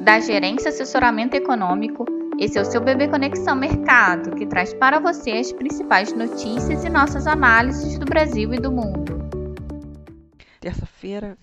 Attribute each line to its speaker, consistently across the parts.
Speaker 1: da Gerência Assessoramento Econômico. Esse é o seu BB Conexão Mercado, que traz para você as principais notícias e nossas análises do Brasil e do mundo.
Speaker 2: Terça-feira,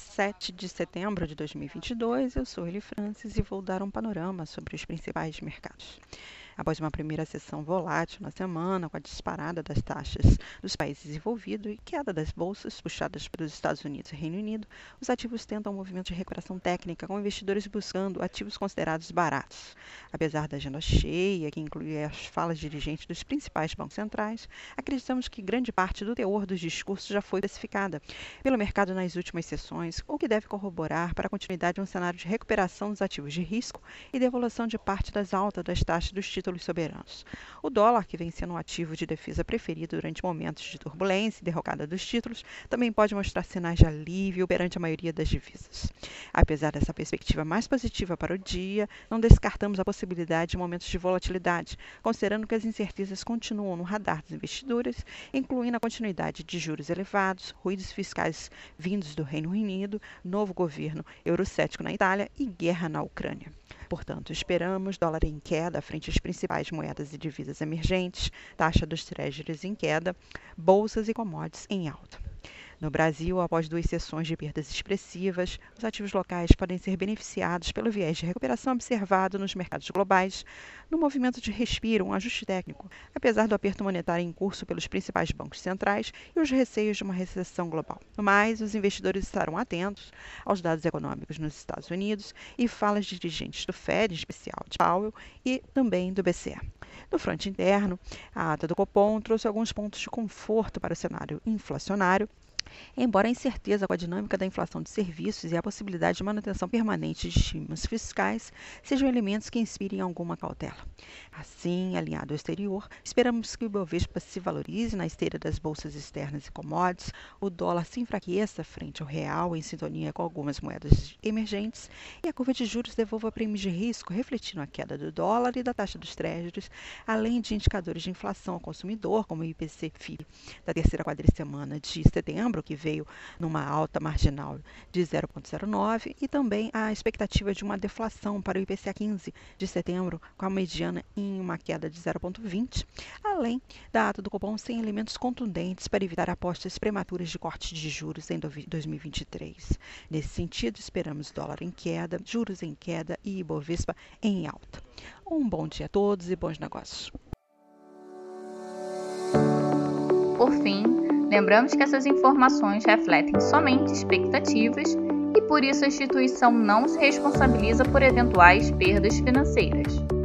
Speaker 2: 27 de setembro de 2022, eu sou Eli Francis e vou dar um panorama sobre os principais mercados. Após uma primeira sessão volátil na semana, com a disparada das taxas dos países desenvolvidos e queda das bolsas puxadas pelos Estados Unidos e Reino Unido, os ativos tentam um movimento de recuperação técnica, com investidores buscando ativos considerados baratos. Apesar da agenda cheia, que inclui as falas de dirigentes dos principais bancos centrais, acreditamos que grande parte do teor dos discursos já foi especificada pelo mercado nas últimas sessões, o que deve corroborar para a continuidade de um cenário de recuperação dos ativos de risco e devolução de parte das altas das taxas dos títulos soberanos. O dólar, que vem sendo um ativo de defesa preferido durante momentos de turbulência e derrocada dos títulos, também pode mostrar sinais de alívio perante a maioria das divisas. Apesar dessa perspectiva mais positiva para o dia, não descartamos a possibilidade de momentos de volatilidade, considerando que as incertezas continuam no radar dos investidores, incluindo a continuidade de juros elevados, ruídos fiscais vindos do Reino Unido, novo governo eurocético na Itália e guerra na Ucrânia. Portanto, esperamos dólar em queda frente às principais moedas e divisas emergentes, taxa dos treasuries em queda, bolsas e commodities em alta. No Brasil, após 2 sessões de perdas expressivas, os ativos locais podem ser beneficiados pelo viés de recuperação observado nos mercados globais, no movimento de respiro, um ajuste técnico, apesar do aperto monetário em curso pelos principais bancos centrais e os receios de uma recessão global. No mais, os investidores estarão atentos aos dados econômicos nos Estados Unidos e falas de dirigentes do Fed, em especial de Powell, e também do BCE. No fronte interno, a ata do Copom trouxe alguns pontos de conforto para o cenário inflacionário, embora a incerteza com a dinâmica da inflação de serviços e a possibilidade de manutenção permanente de estímulos fiscais sejam elementos que inspirem alguma cautela. Assim, alinhado ao exterior, esperamos que o Ibovespa se valorize na esteira das bolsas externas e commodities, o dólar se enfraqueça frente ao real em sintonia com algumas moedas emergentes e a curva de juros devolva prêmios de risco, refletindo a queda do dólar e da taxa dos treasuries, além de indicadores de inflação ao consumidor, como o IPC-FIP da terceira quadricemana de setembro, que veio numa alta marginal de 0,09, e também a expectativa de uma deflação para o IPCA 15 de setembro, com a mediana em uma queda de 0,20, além da ata do Copom sem elementos contundentes para evitar apostas prematuras de corte de juros em 2023. Nesse sentido, esperamos dólar em queda, juros em queda e Ibovespa em alta. Um bom dia a todos e bons negócios.
Speaker 1: Por fim, lembramos que essas informações refletem somente expectativas e, por isso, a instituição não se responsabiliza por eventuais perdas financeiras.